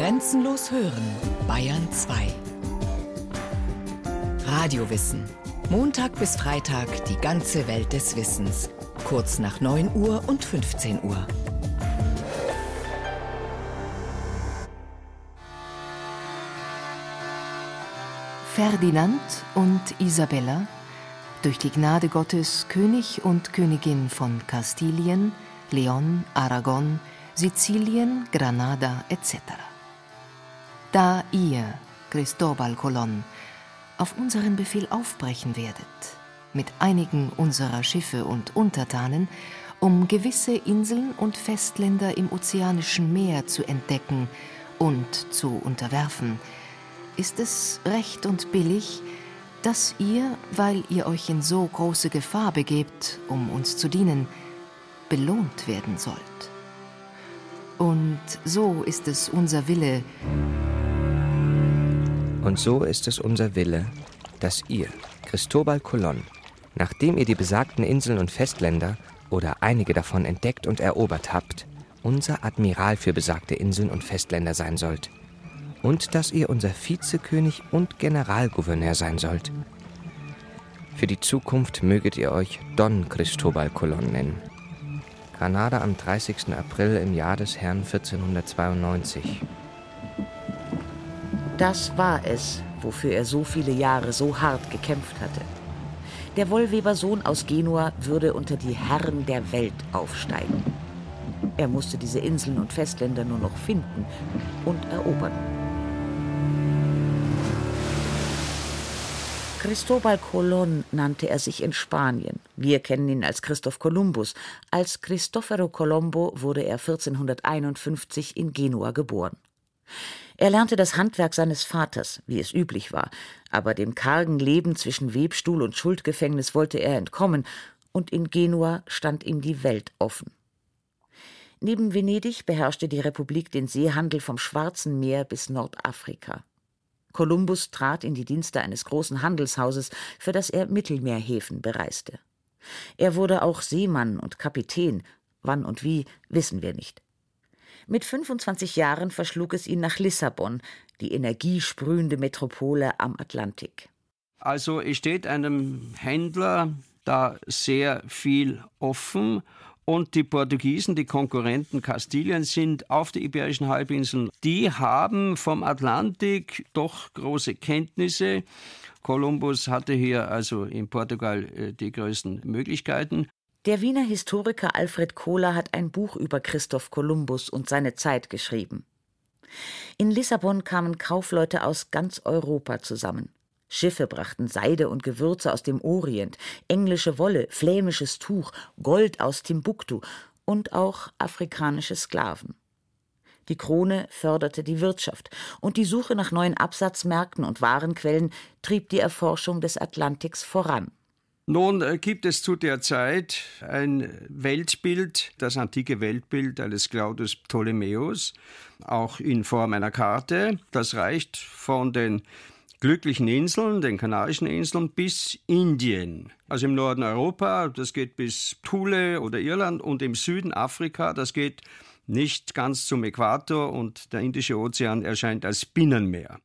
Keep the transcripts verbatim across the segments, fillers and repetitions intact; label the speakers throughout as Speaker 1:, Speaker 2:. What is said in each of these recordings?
Speaker 1: Grenzenlos hören, Bayern zwei. Radiowissen. Montag bis Freitag die ganze Welt des Wissens. Kurz nach neun Uhr und fünfzehn Uhr.
Speaker 2: Ferdinand und Isabella, durch die Gnade Gottes König und Königin von Kastilien, Leon, Aragon, Sizilien, Granada et cetera. Da ihr, Cristóbal Colón, auf unseren Befehl aufbrechen werdet, mit einigen unserer Schiffe und Untertanen, um gewisse Inseln und Festländer im Ozeanischen Meer zu entdecken und zu unterwerfen, ist es recht und billig, dass ihr, weil ihr euch in so große Gefahr begebt, um uns zu dienen, belohnt werden sollt. Und so ist es unser Wille,
Speaker 3: Und so ist es unser Wille, dass ihr, Cristóbal Colón, nachdem ihr die besagten Inseln und Festländer oder einige davon entdeckt und erobert habt, unser Admiral für besagte Inseln und Festländer sein sollt. Und dass ihr unser Vizekönig und Generalgouverneur sein sollt. Für die Zukunft möget ihr euch Don Cristóbal Colón nennen. Granada am dreißigsten April im Jahr des Herrn vierzehnhundertzweiundneunzig.
Speaker 4: Das war es, wofür er so viele Jahre so hart gekämpft hatte. Der Wollwebersohn aus Genua würde unter die Herren der Welt aufsteigen. Er musste diese Inseln und Festländer nur noch finden und erobern. Cristóbal Colón nannte er sich in Spanien. Wir kennen ihn als Christoph Kolumbus. Als Cristoforo Colombo wurde er vierzehnhunderteinundfünfzig in Genua geboren. Er lernte das Handwerk seines Vaters, wie es üblich war, aber dem kargen Leben zwischen Webstuhl und Schuldgefängnis wollte er entkommen, und in Genua stand ihm die Welt offen. Neben Venedig beherrschte die Republik den Seehandel vom Schwarzen Meer bis Nordafrika. Kolumbus trat in die Dienste eines großen Handelshauses, für das er Mittelmeerhäfen bereiste. Er wurde auch Seemann und Kapitän. Wann und wie, wissen wir nicht. Mit fünfundzwanzig Jahren verschlug es ihn nach Lissabon, die energiesprühende Metropole am Atlantik.
Speaker 5: Also es steht einem Händler da sehr viel offen. Und die Portugiesen, die Konkurrenten Kastilien, sind auf der Iberischen Halbinsel. Die haben vom Atlantik doch große Kenntnisse. Kolumbus hatte hier also in Portugal die größten Möglichkeiten.
Speaker 4: Der Wiener Historiker Alfred Kohler hat ein Buch über Christoph Kolumbus und seine Zeit geschrieben. In Lissabon kamen Kaufleute aus ganz Europa zusammen. Schiffe brachten Seide und Gewürze aus dem Orient, englische Wolle, flämisches Tuch, Gold aus Timbuktu und auch afrikanische Sklaven. Die Krone förderte die Wirtschaft, und die Suche nach neuen Absatzmärkten und Warenquellen trieb die Erforschung des Atlantiks voran.
Speaker 5: Nun äh, gibt es zu der Zeit ein Weltbild, das antike Weltbild eines Claudius Ptolemäus, auch in Form einer Karte. Das reicht von den glücklichen Inseln, den Kanarischen Inseln, bis Indien. Also im Norden Europa, das geht bis Thule oder Irland, und im Süden Afrika, das geht nicht ganz zum Äquator, und der Indische Ozean erscheint als Binnenmeer.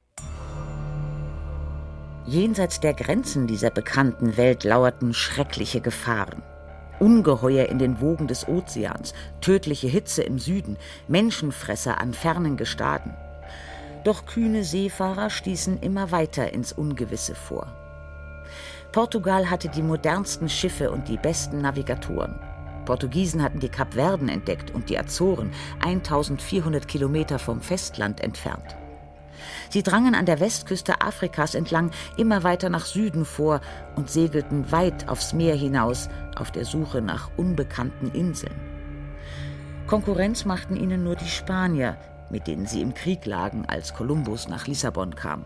Speaker 4: Jenseits der Grenzen dieser bekannten Welt lauerten schreckliche Gefahren. Ungeheuer in den Wogen des Ozeans, tödliche Hitze im Süden, Menschenfresser an fernen Gestaden. Doch kühne Seefahrer stießen immer weiter ins Ungewisse vor. Portugal hatte die modernsten Schiffe und die besten Navigatoren. Portugiesen hatten die Kapverden entdeckt und die Azoren, eintausendvierhundert Kilometer vom Festland entfernt. Sie drangen an der Westküste Afrikas entlang immer weiter nach Süden vor und segelten weit aufs Meer hinaus auf der Suche nach unbekannten Inseln. Konkurrenz machten ihnen nur die Spanier, mit denen sie im Krieg lagen, als Kolumbus nach Lissabon kam.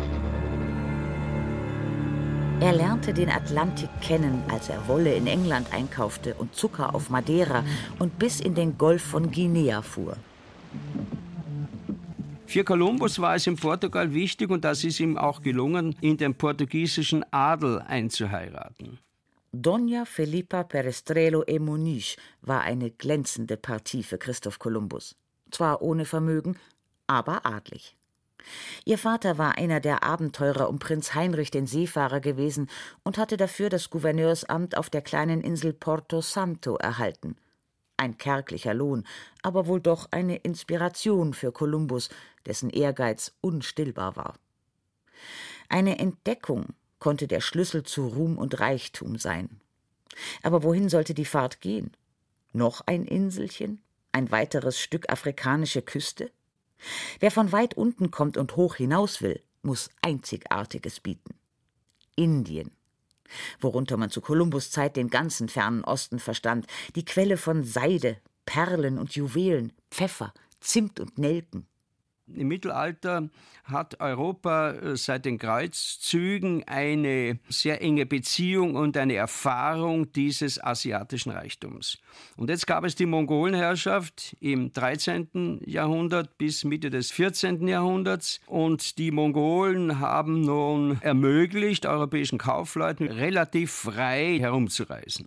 Speaker 4: Er lernte den Atlantik kennen, als er Wolle in England einkaufte und Zucker auf Madeira und bis in den Golf von Guinea fuhr.
Speaker 5: Für Kolumbus war es in Portugal wichtig, und das ist ihm auch gelungen, in den portugiesischen Adel einzuheiraten.
Speaker 4: Dona Felipa Perestrelo e Muniz war eine glänzende Partie für Christoph Kolumbus. Zwar ohne Vermögen, aber adlig. Ihr Vater war einer der Abenteurer um Prinz Heinrich den Seefahrer gewesen und hatte dafür das Gouverneursamt auf der kleinen Insel Porto Santo erhalten. Ein kärglicher Lohn, aber wohl doch eine Inspiration für Kolumbus, dessen Ehrgeiz unstillbar war. Eine Entdeckung konnte der Schlüssel zu Ruhm und Reichtum sein. Aber wohin sollte die Fahrt gehen? Noch ein Inselchen? Ein weiteres Stück afrikanische Küste? Wer von weit unten kommt und hoch hinaus will, muss Einzigartiges bieten. Indien, worunter man zu Kolumbus' Zeit den ganzen fernen Osten verstand, die Quelle von Seide, Perlen und Juwelen, Pfeffer, Zimt und Nelken.
Speaker 5: Im Mittelalter hat Europa seit den Kreuzzügen eine sehr enge Beziehung und eine Erfahrung dieses asiatischen Reichtums. Und jetzt gab es die Mongolenherrschaft im dreizehnten Jahrhundert bis Mitte des vierzehnten Jahrhunderts. Und die Mongolen haben nun ermöglicht, europäischen Kaufleuten relativ frei herumzureisen.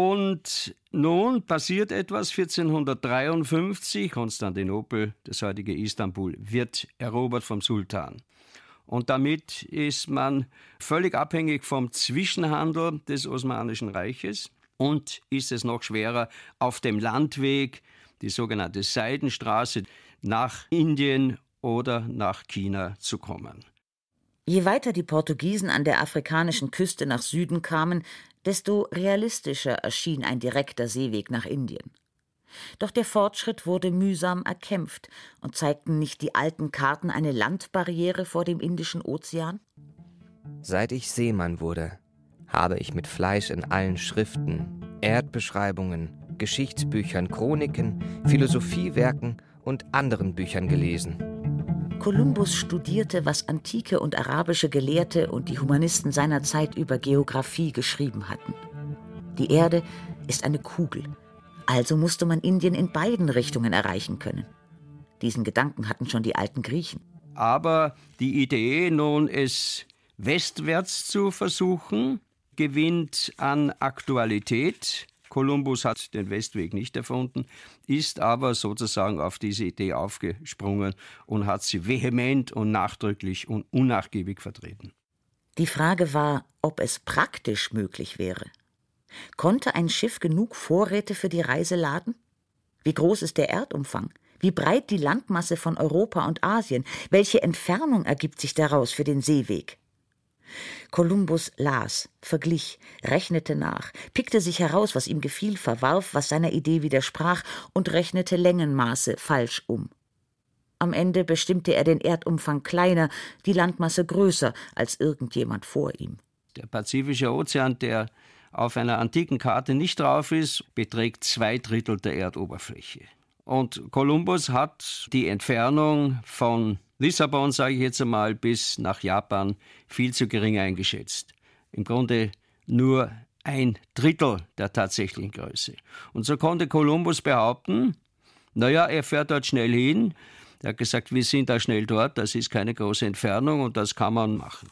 Speaker 5: Und nun passiert etwas, vierzehnhundertdreiundfünfzig, Konstantinopel, das heutige Istanbul, wird erobert vom Sultan. Und damit ist man völlig abhängig vom Zwischenhandel des Osmanischen Reiches und ist es noch schwerer, auf dem Landweg, die sogenannte Seidenstraße, nach Indien oder nach China zu kommen.
Speaker 4: Je weiter die Portugiesen an der afrikanischen Küste nach Süden kamen, desto realistischer erschien ein direkter Seeweg nach Indien. Doch der Fortschritt wurde mühsam erkämpft, und zeigten nicht die alten Karten eine Landbarriere vor dem Indischen Ozean?
Speaker 3: Seit ich Seemann wurde, habe ich mit Fleiß in allen Schriften, Erdbeschreibungen, Geschichtsbüchern, Chroniken, Philosophiewerken und anderen Büchern gelesen.
Speaker 4: Kolumbus studierte, was antike und arabische Gelehrte und die Humanisten seiner Zeit über Geographie geschrieben hatten. Die Erde ist eine Kugel, also musste man Indien in beiden Richtungen erreichen können. Diesen Gedanken hatten schon die alten Griechen.
Speaker 5: Aber die Idee, nun es westwärts zu versuchen, gewinnt an Aktualität. Kolumbus hat den Westweg nicht erfunden, ist aber sozusagen auf diese Idee aufgesprungen und hat sie vehement und nachdrücklich und unnachgiebig vertreten.
Speaker 4: Die Frage war, ob es praktisch möglich wäre. Konnte ein Schiff genug Vorräte für die Reise laden? Wie groß ist der Erdumfang? Wie breit die Landmasse von Europa und Asien? Welche Entfernung ergibt sich daraus für den Seeweg? Kolumbus las, verglich, rechnete nach, pickte sich heraus, was ihm gefiel, verwarf, was seiner Idee widersprach und rechnete Längenmaße falsch um. Am Ende bestimmte er den Erdumfang kleiner, die Landmasse größer als irgendjemand vor ihm.
Speaker 5: Der Pazifische Ozean, der auf einer antiken Karte nicht drauf ist, beträgt zwei Drittel der Erdoberfläche. Und Kolumbus hat die Entfernung von Lissabon, sage ich jetzt einmal, bis nach Japan viel zu gering eingeschätzt. Im Grunde nur ein Drittel der tatsächlichen Größe. Und so konnte Kolumbus behaupten, naja, er fährt dort schnell hin. Er hat gesagt, wir sind da schnell dort, das ist keine große Entfernung und das kann man machen.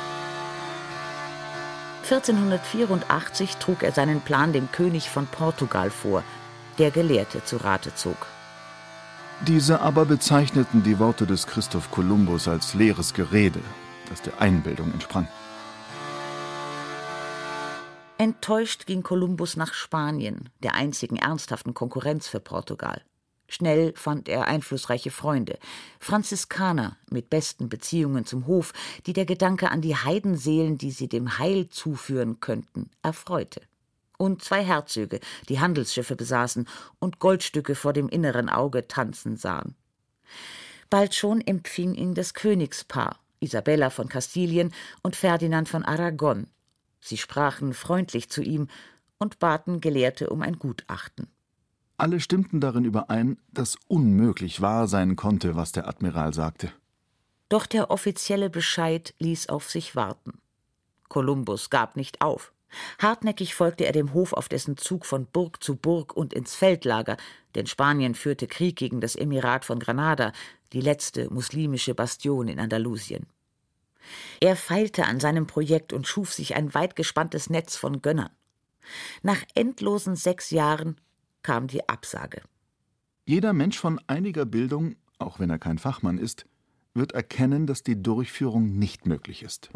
Speaker 4: vierzehnhundertvierundachtzig trug er seinen Plan dem König von Portugal vor, der Gelehrte zu Rate zog.
Speaker 6: Diese aber bezeichneten die Worte des Christoph Kolumbus als leeres Gerede, das der Einbildung entsprang.
Speaker 4: Enttäuscht ging Kolumbus nach Spanien, der einzigen ernsthaften Konkurrenz für Portugal. Schnell fand er einflussreiche Freunde, Franziskaner mit besten Beziehungen zum Hof, die der Gedanke an die Heidenseelen, die sie dem Heil zuführen könnten, erfreute. Und zwei Herzöge, die Handelsschiffe besaßen und Goldstücke vor dem inneren Auge tanzen sahen. Bald schon empfing ihn das Königspaar, Isabella von Kastilien und Ferdinand von Aragon. Sie sprachen freundlich zu ihm und baten Gelehrte um ein Gutachten.
Speaker 6: Alle stimmten darin überein, dass unmöglich wahr sein konnte, was der Admiral sagte.
Speaker 4: Doch der offizielle Bescheid ließ auf sich warten. Kolumbus gab nicht auf. Hartnäckig folgte er dem Hof auf dessen Zug von Burg zu Burg und ins Feldlager, denn Spanien führte Krieg gegen das Emirat von Granada, die letzte muslimische Bastion in Andalusien. Er feilte an seinem Projekt und schuf sich ein weit gespanntes Netz von Gönnern. Nach endlosen sechs Jahren kam die Absage.
Speaker 6: Jeder Mensch von einiger Bildung auch wenn er kein Fachmann ist, wird erkennen, dass die Durchführung nicht möglich ist.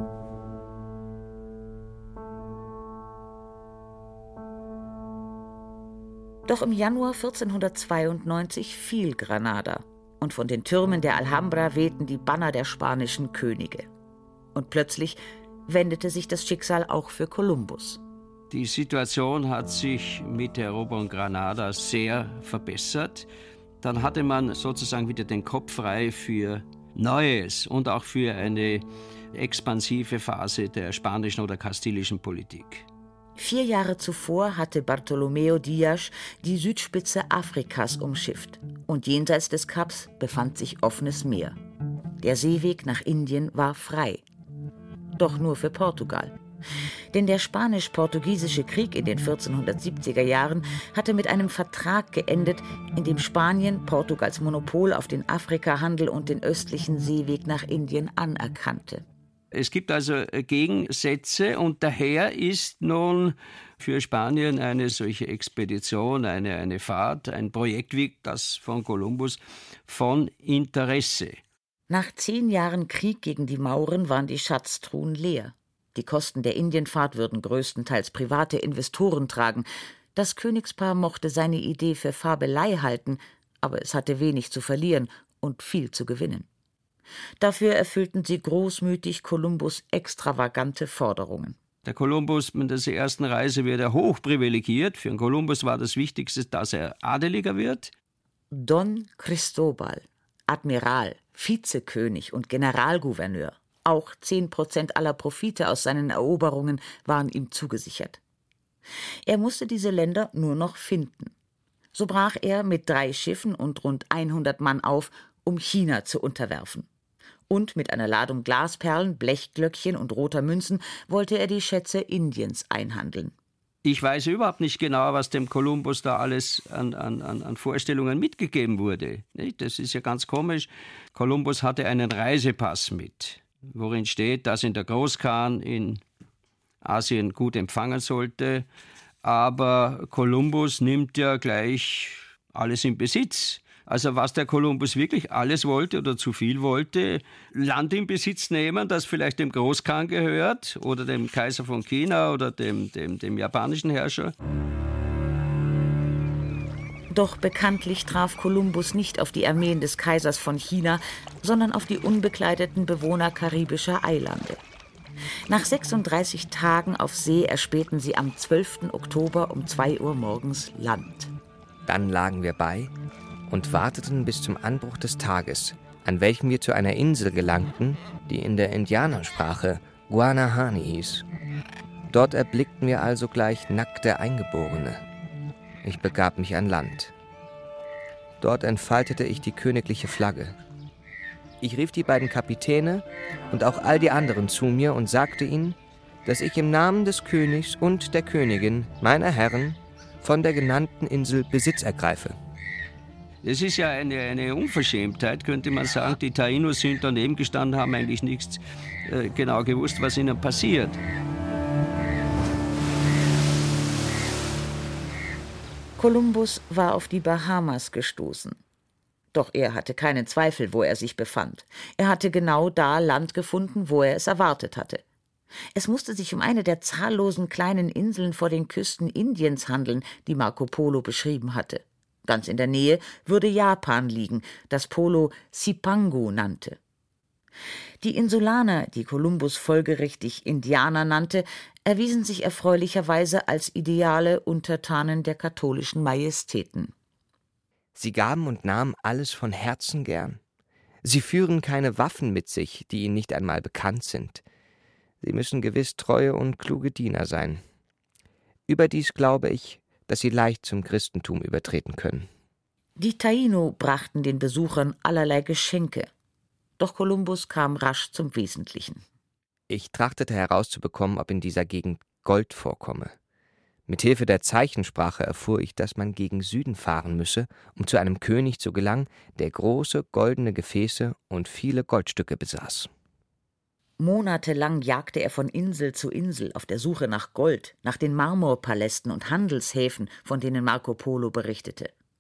Speaker 4: Doch im Januar vierzehnhundertzweiundneunzig fiel Granada und von den Türmen der Alhambra wehten die Banner der spanischen Könige. Und plötzlich wendete sich das Schicksal auch für Kolumbus.
Speaker 5: Die Situation hat sich mit der Eroberung Granadas sehr verbessert. Dann hatte man sozusagen wieder den Kopf frei für Neues und auch für eine expansive Phase der spanischen oder kastilischen Politik.
Speaker 4: Vier Jahre zuvor hatte Bartolomeo Diaz die Südspitze Afrikas umschifft und jenseits des Kaps befand sich offenes Meer. Der Seeweg nach Indien war frei. Doch nur für Portugal. Denn der Spanisch-Portugiesische Krieg in den vierzehnhundertsiebziger Jahren hatte mit einem Vertrag geendet, in dem Spanien Portugals Monopol auf den Afrikahandel und den östlichen Seeweg nach Indien anerkannte.
Speaker 5: Es gibt also Gegensätze und daher ist nun für Spanien eine solche Expedition, eine, eine Fahrt, ein Projekt wie das von Kolumbus von Interesse.
Speaker 4: Nach zehn Jahren Krieg gegen die Mauren waren die Schatztruhen leer. Die Kosten der Indienfahrt würden größtenteils private Investoren tragen. Das Königspaar mochte seine Idee für Fabelei halten, aber es hatte wenig zu verlieren und viel zu gewinnen. Dafür erfüllten sie großmütig Kolumbus' extravagante Forderungen.
Speaker 5: Der Kolumbus mit dieser ersten Reise wird er hochprivilegiert. Für den Kolumbus war das Wichtigste, dass er Adeliger wird.
Speaker 4: Don Cristobal, Admiral, Vizekönig und Generalgouverneur. Auch zehn Prozent aller Profite aus seinen Eroberungen waren ihm zugesichert. Er musste diese Länder nur noch finden. So brach er mit drei Schiffen und rund hundert Mann auf, um China zu unterwerfen. Und mit einer Ladung Glasperlen, Blechglöckchen und roter Münzen wollte er die Schätze Indiens einhandeln.
Speaker 5: Ich weiß überhaupt nicht genau, was dem Kolumbus da alles an, an, an Vorstellungen mitgegeben wurde. Das ist ja ganz komisch. Kolumbus hatte einen Reisepass mit, worin steht, dass ihn der Großkhan in Asien gut empfangen sollte. Aber Kolumbus nimmt ja gleich alles in Besitz. Also was der Kolumbus wirklich alles wollte oder zu viel wollte, Land in Besitz nehmen, das vielleicht dem Großkhan gehört oder dem Kaiser von China oder dem, dem, dem japanischen Herrscher.
Speaker 4: Doch bekanntlich traf Kolumbus nicht auf die Armeen des Kaisers von China, sondern auf die unbekleideten Bewohner karibischer Eilande. Nach sechsunddreißig Tagen auf See erspähten sie am zwölften Oktober um zwei Uhr morgens Land.
Speaker 3: Dann lagen wir bei und warteten bis zum Anbruch des Tages, an welchem wir zu einer Insel gelangten, die in der Indianersprache Guanahani hieß. Dort erblickten wir also gleich nackte Eingeborene. Ich begab mich an Land. Dort entfaltete ich die königliche Flagge. Ich rief die beiden Kapitäne und auch all die anderen zu mir und sagte ihnen, dass ich im Namen des Königs und der Königin, meiner Herren, von der genannten Insel Besitz ergreife.
Speaker 5: Es ist ja eine, eine Unverschämtheit, könnte man sagen. Die Taínos sind daneben gestanden, haben eigentlich nichts äh, genau gewusst, was ihnen passiert.
Speaker 4: Kolumbus war auf die Bahamas gestoßen. Doch er hatte keinen Zweifel, wo er sich befand. Er hatte genau da Land gefunden, wo er es erwartet hatte. Es musste sich um eine der zahllosen kleinen Inseln vor den Küsten Indiens handeln, die Marco Polo beschrieben hatte. Ganz in der Nähe würde Japan liegen, das Polo Cipangu nannte. Die Insulaner, die Kolumbus folgerichtig Indianer nannte, erwiesen sich erfreulicherweise als ideale Untertanen der katholischen Majestäten.
Speaker 3: Sie gaben und nahmen alles von Herzen gern. Sie führen keine Waffen mit sich, die ihnen nicht einmal bekannt sind. Sie müssen gewiss treue und kluge Diener sein. Überdies glaube ich, dass sie leicht zum Christentum übertreten können.
Speaker 4: Die Taíno brachten den Besuchern allerlei Geschenke. Doch Kolumbus kam rasch zum Wesentlichen.
Speaker 3: Ich trachtete herauszubekommen, ob in dieser Gegend Gold vorkomme. Mit Hilfe der Zeichensprache erfuhr ich, dass man gegen Süden fahren müsse, um zu einem König zu gelangen, der große goldene Gefäße und viele Goldstücke besaß.
Speaker 4: Monatelang jagte er von Insel zu Insel auf der Suche nach Gold, nach den Marmorpalästen und Handelshäfen, von denen Marco Polo berichtete.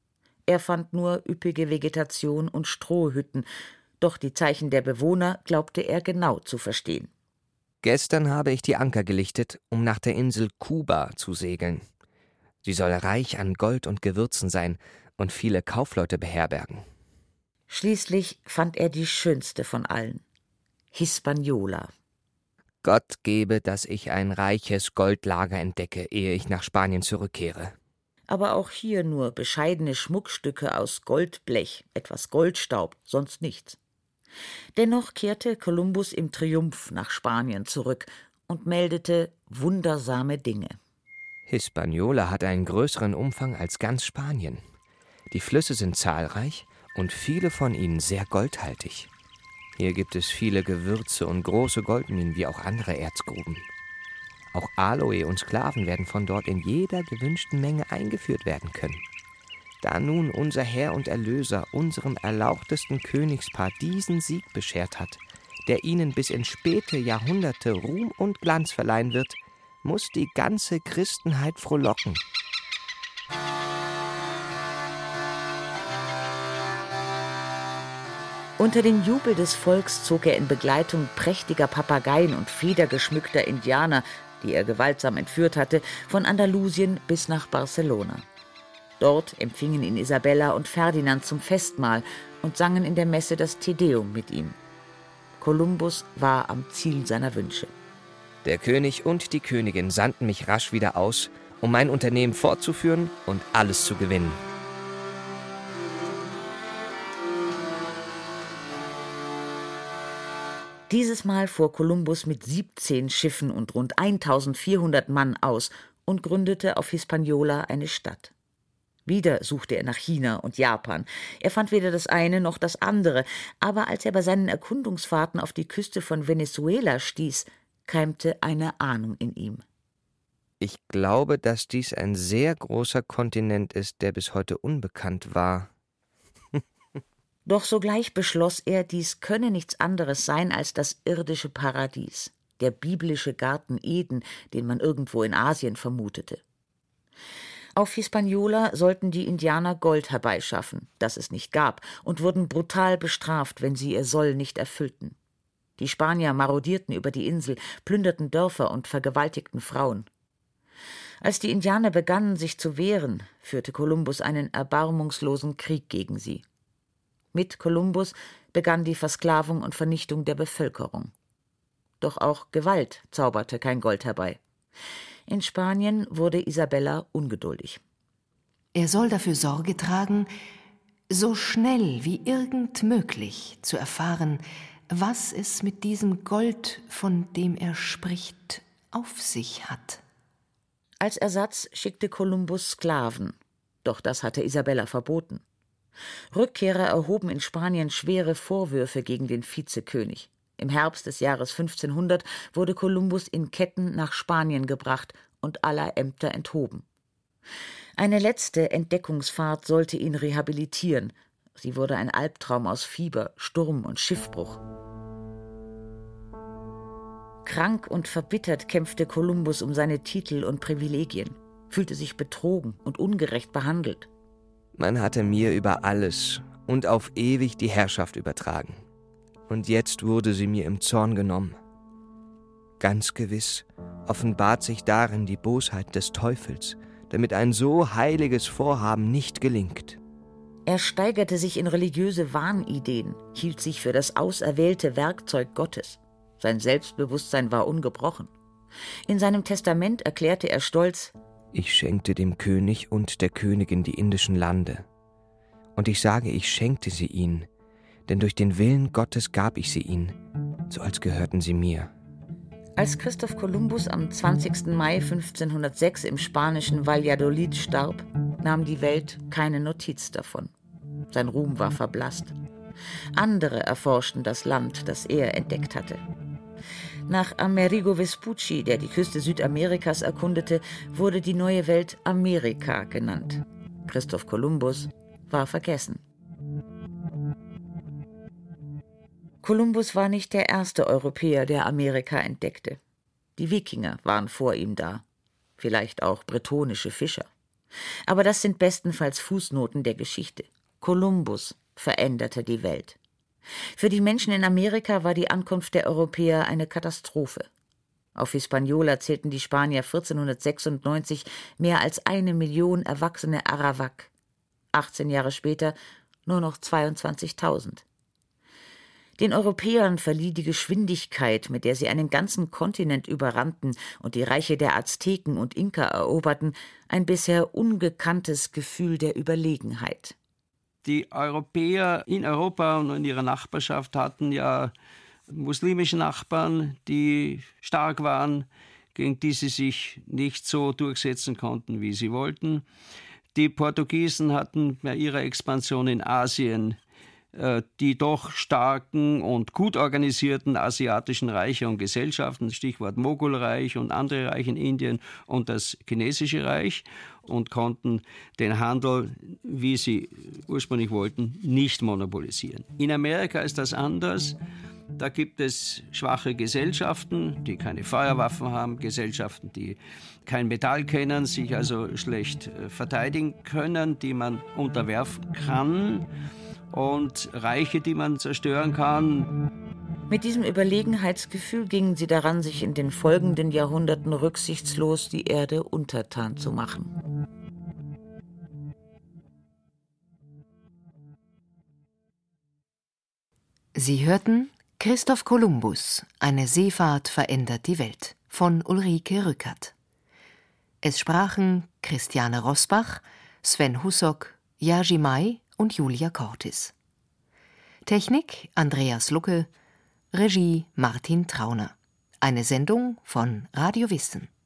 Speaker 4: Er fand nur üppige Vegetation und Strohhütten, doch die Zeichen der Bewohner glaubte er genau zu verstehen.
Speaker 3: Gestern habe ich die Anker gelichtet, um nach der Insel Kuba zu segeln. Sie soll reich an Gold und Gewürzen sein und viele Kaufleute beherbergen.
Speaker 4: Schließlich fand er die schönste von allen, Hispaniola.
Speaker 3: Gott gebe, dass ich ein reiches Goldlager entdecke, ehe ich nach Spanien zurückkehre.
Speaker 4: Aber auch hier nur bescheidene Schmuckstücke aus Goldblech, etwas Goldstaub, sonst nichts. Dennoch kehrte Kolumbus im Triumph nach Spanien zurück und meldete wundersame Dinge.
Speaker 3: Hispaniola hat einen größeren Umfang als ganz Spanien. Die Flüsse sind zahlreich und viele von ihnen sehr goldhaltig. Hier gibt es viele Gewürze und große Goldminen wie auch andere Erzgruben. Auch Aloe und Sklaven werden von dort in jeder gewünschten Menge eingeführt werden können. Da nun unser Herr und Erlöser unserem erlauchtesten Königspaar diesen Sieg beschert hat, der ihnen bis in späte Jahrhunderte Ruhm und Glanz verleihen wird, muss die ganze Christenheit frohlocken.
Speaker 4: Unter dem Jubel des Volks zog er in Begleitung prächtiger Papageien und federgeschmückter Indianer, die er gewaltsam entführt hatte, von Andalusien bis nach Barcelona. Dort empfingen ihn Isabella und Ferdinand zum Festmahl und sangen in der Messe das Te Deum mit ihm. Kolumbus war am Ziel seiner Wünsche.
Speaker 3: Der König und die Königin sandten mich rasch wieder aus, um mein Unternehmen fortzuführen und alles zu gewinnen.
Speaker 4: Dieses Mal fuhr Kolumbus mit siebzehn Schiffen und rund eintausendvierhundert Mann aus und gründete auf Hispaniola eine Stadt. Wieder suchte er nach China und Japan. Er fand weder das eine noch das andere, aber als er bei seinen Erkundungsfahrten auf die Küste von Venezuela stieß, keimte eine Ahnung in ihm.
Speaker 3: Ich glaube, dass dies ein sehr großer Kontinent ist, der bis heute unbekannt war.
Speaker 4: Doch sogleich beschloss er, dies könne nichts anderes sein als das irdische Paradies, der biblische Garten Eden, den man irgendwo in Asien vermutete. Auf Hispaniola sollten die Indianer Gold herbeischaffen, das es nicht gab, und wurden brutal bestraft, wenn sie ihr Soll nicht erfüllten. Die Spanier marodierten über die Insel, plünderten Dörfer und vergewaltigten Frauen. Als die Indianer begannen, sich zu wehren, führte Kolumbus einen erbarmungslosen Krieg gegen sie. Mit Kolumbus begann die Versklavung und Vernichtung der Bevölkerung. Doch auch Gewalt zauberte kein Gold herbei. In Spanien wurde Isabella ungeduldig.
Speaker 2: Er soll dafür Sorge tragen, so schnell wie irgend möglich zu erfahren, was es mit diesem Gold, von dem er spricht, auf sich hat.
Speaker 4: Als Ersatz schickte Kolumbus Sklaven, doch das hatte Isabella verboten. Rückkehrer erhoben in Spanien schwere Vorwürfe gegen den Vizekönig. Im Herbst des Jahres fünfzehnhundert wurde Kolumbus in Ketten nach Spanien gebracht und aller Ämter enthoben. Eine letzte Entdeckungsfahrt sollte ihn rehabilitieren. Sie wurde ein Albtraum aus Fieber, Sturm und Schiffbruch. Krank und verbittert kämpfte Kolumbus um seine Titel und Privilegien, fühlte sich betrogen und ungerecht behandelt.
Speaker 3: Man hatte mir über alles und auf ewig die Herrschaft übertragen. Und jetzt wurde sie mir im Zorn genommen. Ganz gewiss offenbart sich darin die Bosheit des Teufels, damit ein so heiliges Vorhaben nicht gelingt.
Speaker 4: Er steigerte sich in religiöse Wahnideen, hielt sich für das auserwählte Werkzeug Gottes. Sein Selbstbewusstsein war ungebrochen. In seinem Testament erklärte er stolz:
Speaker 3: Ich schenkte dem König und der Königin die indischen Lande. Und ich sage, ich schenkte sie ihnen, denn durch den Willen Gottes gab ich sie ihnen, so als gehörten sie mir.
Speaker 4: Als Christoph Kolumbus am zwanzigsten Mai fünfzehnhundertsechs im spanischen Valladolid starb, nahm die Welt keine Notiz davon. Sein Ruhm war verblasst. Andere erforschten das Land, das er entdeckt hatte. Nach Amerigo Vespucci, der die Küste Südamerikas erkundete, wurde die neue Welt Amerika genannt. Christoph Kolumbus war vergessen. Kolumbus war nicht der erste Europäer, der Amerika entdeckte. Die Wikinger waren vor ihm da, vielleicht auch bretonische Fischer. Aber das sind bestenfalls Fußnoten der Geschichte. Kolumbus veränderte die Welt. Für die Menschen in Amerika war die Ankunft der Europäer eine Katastrophe. Auf Hispaniola zählten die Spanier vierzehnhundertsechsundneunzig mehr als eine Million erwachsene Arawak. achtzehn Jahre später nur noch zweiundzwanzigtausend. Den Europäern verlieh die Geschwindigkeit, mit der sie einen ganzen Kontinent überrannten und die Reiche der Azteken und Inka eroberten, ein bisher ungekanntes Gefühl der Überlegenheit.
Speaker 5: Die Europäer in Europa und in ihrer Nachbarschaft hatten ja muslimische Nachbarn, die stark waren, gegen die sie sich nicht so durchsetzen konnten, wie sie wollten. Die Portugiesen hatten bei ihrer Expansion in Asien die doch starken und gut organisierten asiatischen Reiche und Gesellschaften, Stichwort Mogulreich und andere Reiche in Indien und das chinesische Reich, und konnten den Handel, wie sie ursprünglich wollten, nicht monopolisieren. In Amerika ist das anders. Da gibt es schwache Gesellschaften, die keine Feuerwaffen haben, Gesellschaften, die kein Metall kennen, sich also schlecht verteidigen können, die man unterwerfen kann, und Reiche, die man zerstören kann.
Speaker 4: Mit diesem Überlegenheitsgefühl gingen sie daran, sich in den folgenden Jahrhunderten rücksichtslos die Erde untertan zu machen.
Speaker 2: Sie hörten Christoph Kolumbus, eine Seefahrt verändert die Welt, von Ulrike Rückert. Es sprachen Christiane Rosbach, Sven Hussock, Jerzy May und Julia Cortis. Technik Andreas Lucke, Regie Martin Trauner. Eine Sendung von Radio Wissen.